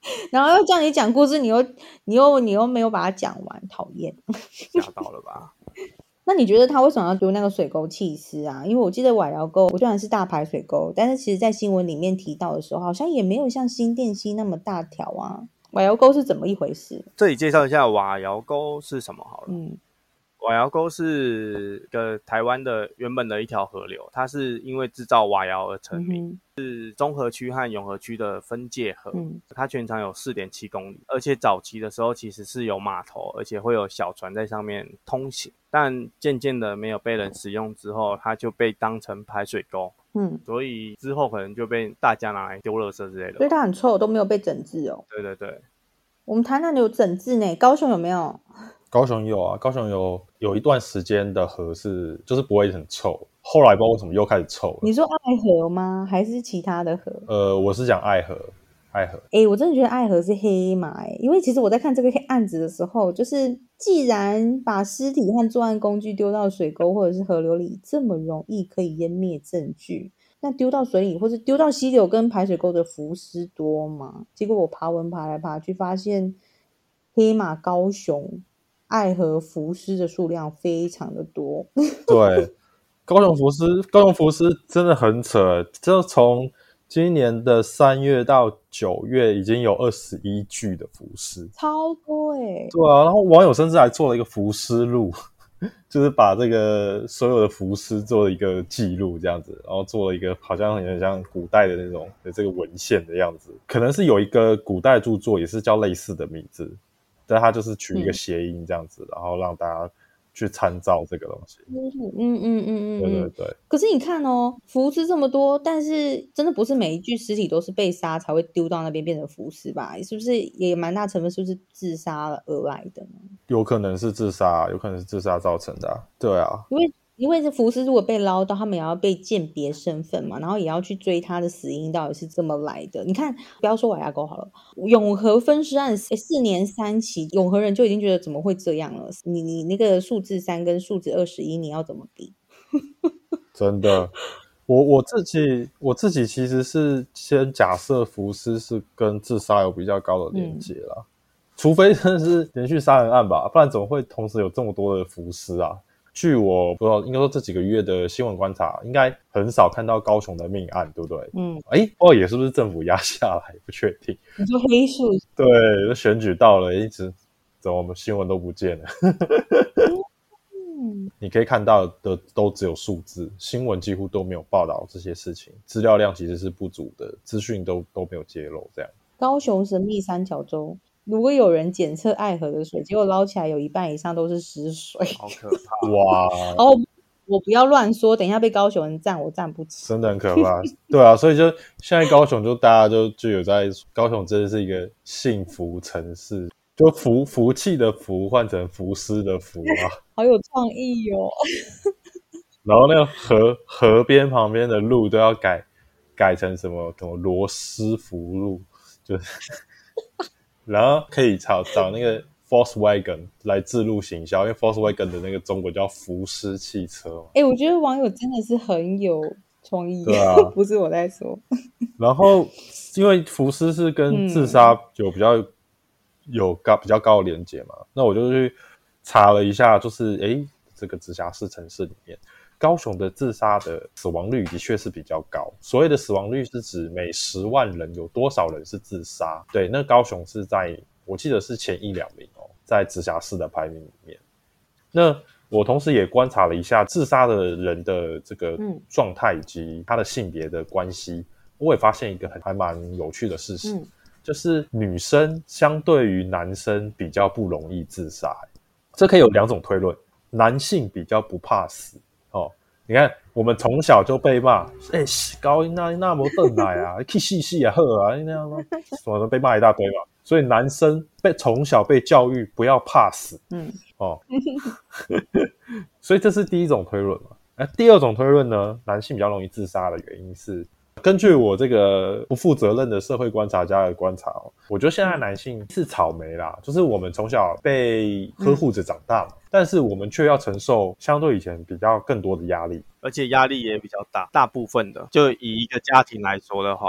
然后又叫你讲故事，你又你又你又没有把它讲完，讨厌。 吓到了吧？ 那你觉得他为什么要丢那个水沟弃尸啊？因为我记得瓦窑沟虽然是大排水沟，但是其实在新闻里面提到的时候，好像也没有像新店溪那么大条啊。瓦窑沟是怎么一回事？ 这里介绍一下瓦窑沟是什么好了。 嗯， 瓦窑沟是个台湾的原本的一条河流，它是因为制造瓦窑而成名，嗯、是中和区和永和区的分界河。嗯，它全长有 四点七公里，而且早期的时候其实是有码头，而且会有小船在上面通行。但渐渐的没有被人使用之后，它就被当成排水沟。嗯，所以之后可能就被大家拿来丢垃圾之类的。 所以它很臭，都没有被整治哦。 对对对， 我们台南有整治呢，高雄有没有？ 高雄有啊，高雄有有一段时间的河是就是不会很臭，后来不知道为什么又开始臭了。 你说爱河吗？还是其他的河？ 呃，我是讲爱河。爱河， 哎、欸，我真的觉得爱河是黑马哎、欸，因为其实我在看这个案子的时候，就是既然把尸体和作案工具丢到水沟或者是河流里这么容易可以湮灭证据，那丢到水里或是丢到溪流跟排水沟的浮尸多吗？结果我爬文爬来爬去，发现黑马高雄爱河浮尸的数量非常的多。 对，高雄浮尸，高雄浮尸真的很扯，就从今年的三月到九月已经有二十一具的浮尸， 超多欸。 对啊，然后网友甚至还做了一个浮尸录，就是把这个所有的浮尸做了一个记录这样子，然后做了一个好像有点像古代的那种的这个文献的样子，可能是有一个古代著作也是叫类似的名字，但它就是取一个谐音这样子，嗯、然后让大家去参照这个东西。 嗯嗯嗯嗯嗯， 对对对。 可是你看哦，浮尸这么多，但是真的不是每一具尸体都是被杀才会丢到那边变成浮尸吧？是不是也蛮大成分是不是自杀而来的呢？ 有可能是自杀，有可能是自杀造成的、啊。对啊， 因为因为这浮尸如果被捞到，他们也要被鉴别身份嘛，然后也要去追他的死因到底是怎么来的。你看，不要说瓦牙沟好了，永和分尸案四年三期，永和人就已经觉得怎么会这样了？你你那个数字三跟数字二十一，你要怎么比？ 真的，我我自己我自己其实是先假设浮尸是跟自杀有比较高的连结啦、嗯，除非真的是连续杀人案吧，不然怎么会同时有这么多的浮尸啊？据我不知道，应该说这几个月的新闻观察，应该很少看到高雄的命案，对不对？嗯，哎，不知道也是不是政府压下来，不确定。 你说黑数？ 对，选举到了，一直怎么我们新闻都不见了。嗯、你可以看到的都只有数字，新闻几乎都没有报道这些事情，资料量其实是不足的，资讯都都没有揭露。这样， 高雄神秘三角洲。如果有人检测爱河的水，结果捞起来有一半以上都是湿水， 好可怕！ 哇！ 哦，我不要乱说，等一下被高雄人赞，我赞不起。 真的很可怕。对啊，所以就现在高雄就大家就就有在高雄真的是一个幸福城市，就福福气的福换成浮尸的浮啊， 好有创意哦。 然后那个河河边旁边的路都要改改成什么什么罗斯福路，就是。然后可以找找那个 Volkswagen 来置入行销，因为 Volkswagen 的那个中国叫福斯汽车嘛。 哎、欸，我觉得网友真的是很有创意， 对啊， 不是我在说。 然后因为福斯是跟自杀有比较、嗯、有高比较高的连结嘛，那我就去查了一下，就是哎，这个直辖市城市里面。高雄的自杀的死亡率的确是比较高，所谓的死亡率是指每十万人有多少人是自杀。对，那高雄是在我记得是前一两名哦，在直辖市的排名里面。那我同时也观察了一下自杀的人的这个状态以及他的性别的关系，我也发现一个很还蛮有趣的事实、嗯、就是女生相对于男生比较不容易自杀。这可以有两种推论，男性比较不怕死哦，你看我们从小就被骂，哎、欸，高音那那么笨来啊，去戏戏啊，喝啊，那样什么被骂一大堆嘛。所以男生被从小被教育不要怕死，嗯，哦，所以这是第一种推论嘛。那第二种推论呢，男性比较容易自杀的原因是，根据我这个不负责任的社会观察家的观察哦，我觉得现在男性是草莓啦，就是我们从小被呵护着长大嘛、嗯，但是我们却要承受相对以前比较更多的压力， 而且压力也比较大，大部分的，就以一个家庭来说的话，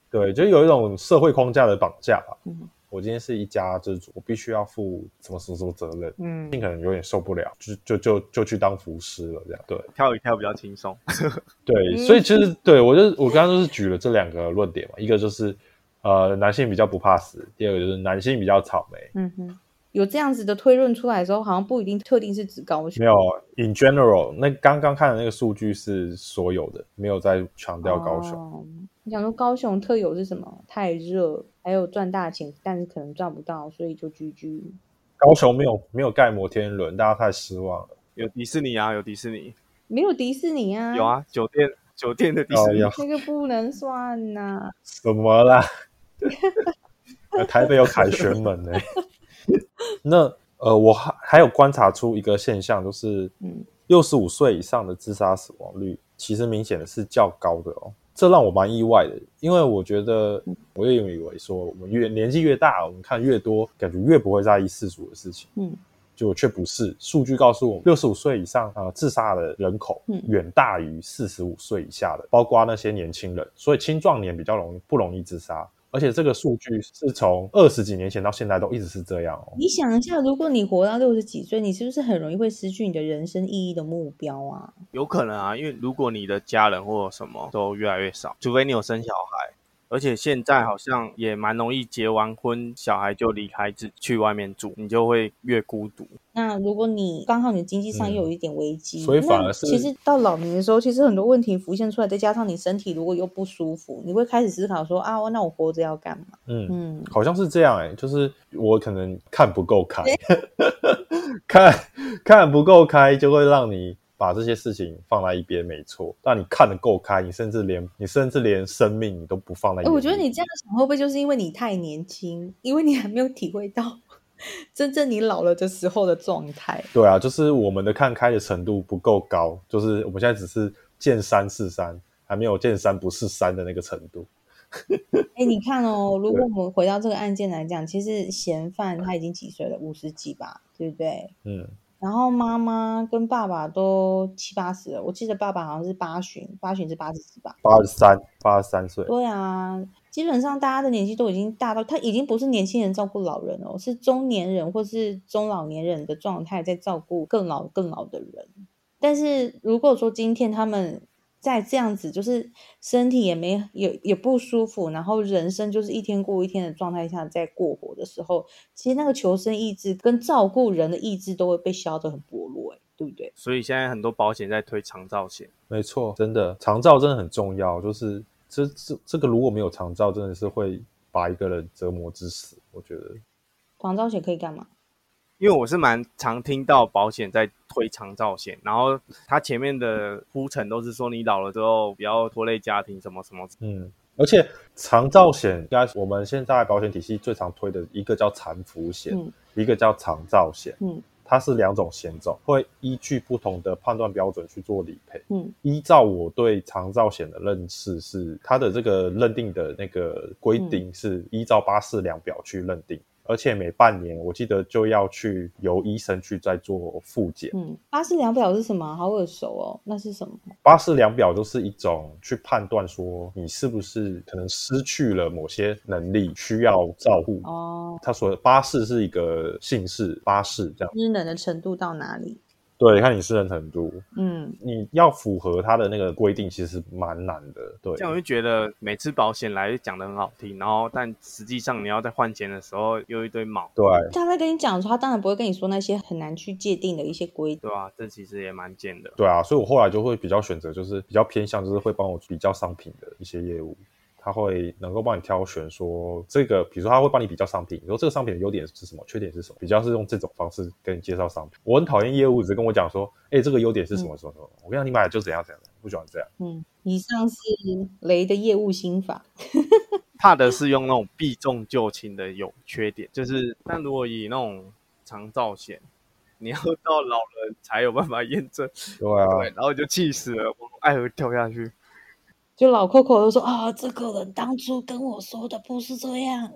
对，就有一种社会框架的绑架吧。嗯，我今天是一家之主，我必须要负什么什么什么责任，嗯，你可能有点受不了，就就就就去当厨师了，这样。对， 跳一跳比较轻松。 对，所以其实对我就我刚刚就是举了这两个论点嘛，一个就是呃男性比较不怕死，第二个就是男性比较草莓。 嗯哼。有这样子的推论出来的时候，好像不一定特定是指高雄。 没有 ，in general， 那刚刚看的那个数据是所有的，没有在强调高雄。 哦，你想说高雄特有是什么？太热，还有赚大钱，但是可能赚不到，所以就居居。 高雄没有没有盖摩天轮，大家太失望了。 有迪士尼啊，有迪士尼。 没有迪士尼啊？ 有啊，酒店酒店的迪士尼， 哦、 那个不能算呐、啊。 什么啦？台北有凯旋门呢、欸。那呃，我还还有观察出一个现象，就是六十五岁以上的自杀死亡率其实明显的是较高的哦，这让我蛮意外的，因为我觉得我也以为说我们越年纪越大，我们看越多，感觉越不会在意世俗的事情，嗯，结果却不是。数据告诉我们，六十五岁以上呃自杀的人口远大于四十五岁以下的，包括那些年轻人，所以青壮年比较容易不容易自杀。而且这个数据是从二十几年前到现在都一直是这样哦。 你想一下，如果你活到六十几岁，你是不是很容易会失去你的人生意义的目标啊？ 有可能啊，因为如果你的家人或什么都越来越少，除非你有生小孩。而且现在好像也蛮容易结完婚小孩就离开自己去外面住，你就会越孤独。 那如果你刚好你经济上又有一点危机、嗯、 所以反而是其实到老年的时候，其实很多问题浮现出来，再加上你身体如果又不舒服，你会开始思考说啊，那我活着要干嘛？ 嗯嗯，好像是这样哎、欸，就是我可能看不够开，看看不够开就会让你把这些事情放在一边，没错。但你看得够开，你甚至连你甚至连生命你都不放在一边、欸。 我觉得你这样想会不会就是因为你太年轻，因为你还没有体会到真正你老了的时候的状态。 对啊，就是我们的看开的程度不够高，就是我们现在只是见山是山，还没有见山不是山的那个程度。 哎、欸，你看哦，如果我们回到这个案件来讲，其实嫌犯他已经几岁了？五十几吧，对不对？嗯。然后妈妈跟爸爸都七八十了，我记得爸爸好像是八旬，八旬是八十几吧？ 八十三，八十三岁。 对啊，基本上大家的年纪都已经大到，他已经不是年轻人照顾老人哦，是中年人或是中老年人的状态在照顾更老更老的人。但是如果说今天他们在这样子，就是身体也没也也不舒服，然后人生就是一天过一天的状态下在过活的时候，其实那个求生意志跟照顾人的意志都会被消得很薄弱，对不对？ 所以现在很多保险在推长照险。 没错，真的长照真的很重要，就是这这这个如果没有长照，真的是会把一个人折磨致死。我觉得长照险可以干嘛？ 因为我是蛮常听到保险在推长照险，然后它前面的铺陈都是说你老了之后不要拖累家庭什么什么。 嗯，而且长照险应该我们现在保险体系最常推的一个叫残服险、嗯、一个叫长照险。嗯，它是两种险种，会依据不同的判断标准去做理赔。嗯，依照我对长照险的认识是，它的这个认定的那个规定是依照巴氏量表去认定。而且每半年我记得就要去由医生去再做复检。 嗯，巴氏量表是什么？好耳熟哦，那是什么？ 巴氏量表就是一种去判断说你是不是可能失去了某些能力需要照护。哦，他说巴氏是一个姓氏，巴氏这样。 失能的程度到哪里？ 对，看你失能程度。嗯，你要符合他的那个规定其实蛮难的。对， 这样我就觉得每次保险来讲得很好听，然后但实际上你要在换钱的时候又一堆毛。 对， 他在跟你讲的时候，他当然不会跟你说那些很难去界定的一些规定。 对啊，这其实也蛮贱的。 对啊，所以我后来就会比较选择就是比较偏向就是会帮我比较商品的一些业务。他会能够帮你挑选说这个，比如说他会帮你比较商品，你说这个商品的优点是什么，缺点是什么，比较是用这种方式跟你介绍商品。我很讨厌业务只跟我讲说，哎、欸，这个优点是什么什么什么，嗯、我跟你讲，你买了就怎样怎样，不喜欢这样。 嗯，以上是雷的业务心法。 怕的是用那种避重就轻的有缺点，就是但如果以那种长照险，你要到老人才有办法验证。 对啊， 对，然后就气死了，我爱河跳下去。 就老 Coco 都说啊，这个人当初跟我说的不是这样。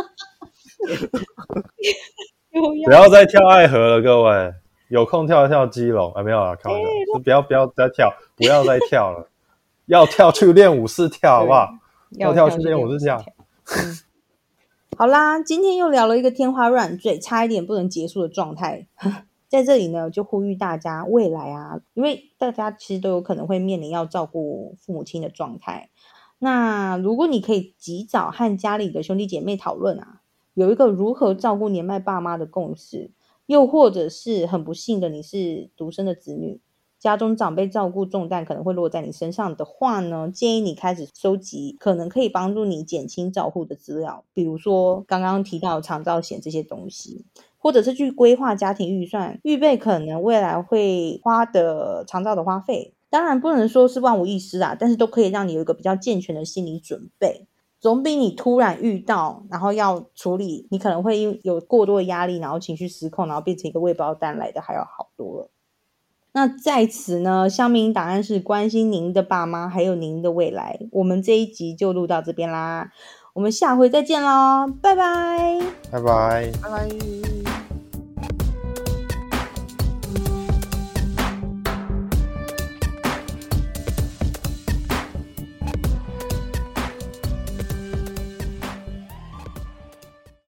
不要再跳爱河了，各位，有空跳一跳基隆啊，没有啦，开玩笑，欸、不要不要再跳，不要再跳了，要跳去练武士跳好不好？ 跳跳去练我是这样。 嗯，好啦，今天又聊了一个天花乱坠，差一点不能结束的状态。在这里呢，就呼吁大家未来啊，因为大家其实都有可能会面临要照顾父母亲的状态。那如果你可以及早和家里的兄弟姐妹讨论啊，有一个如何照顾年迈爸妈的共识，又或者是很不幸的你是独生的子女，家中长辈照顾重担可能会落在你身上的话呢，建议你开始收集可能可以帮助你减轻照护的资料，比如说刚刚提到长照险这些东西，或者是去规划家庭预算，预备可能未来会花的长照的花费。当然不能说是万无一失啊，但是都可以让你有一个比较健全的心理准备，总比你突然遇到然后要处理，你可能会有过多的压力，然后情绪失控，然后变成一个未爆弹来的还要好多了。那在此呢，乡民档案室关心您的爸妈还有您的未来，我们这一集就录到这边啦，我们下回再见咯，拜拜拜拜拜拜。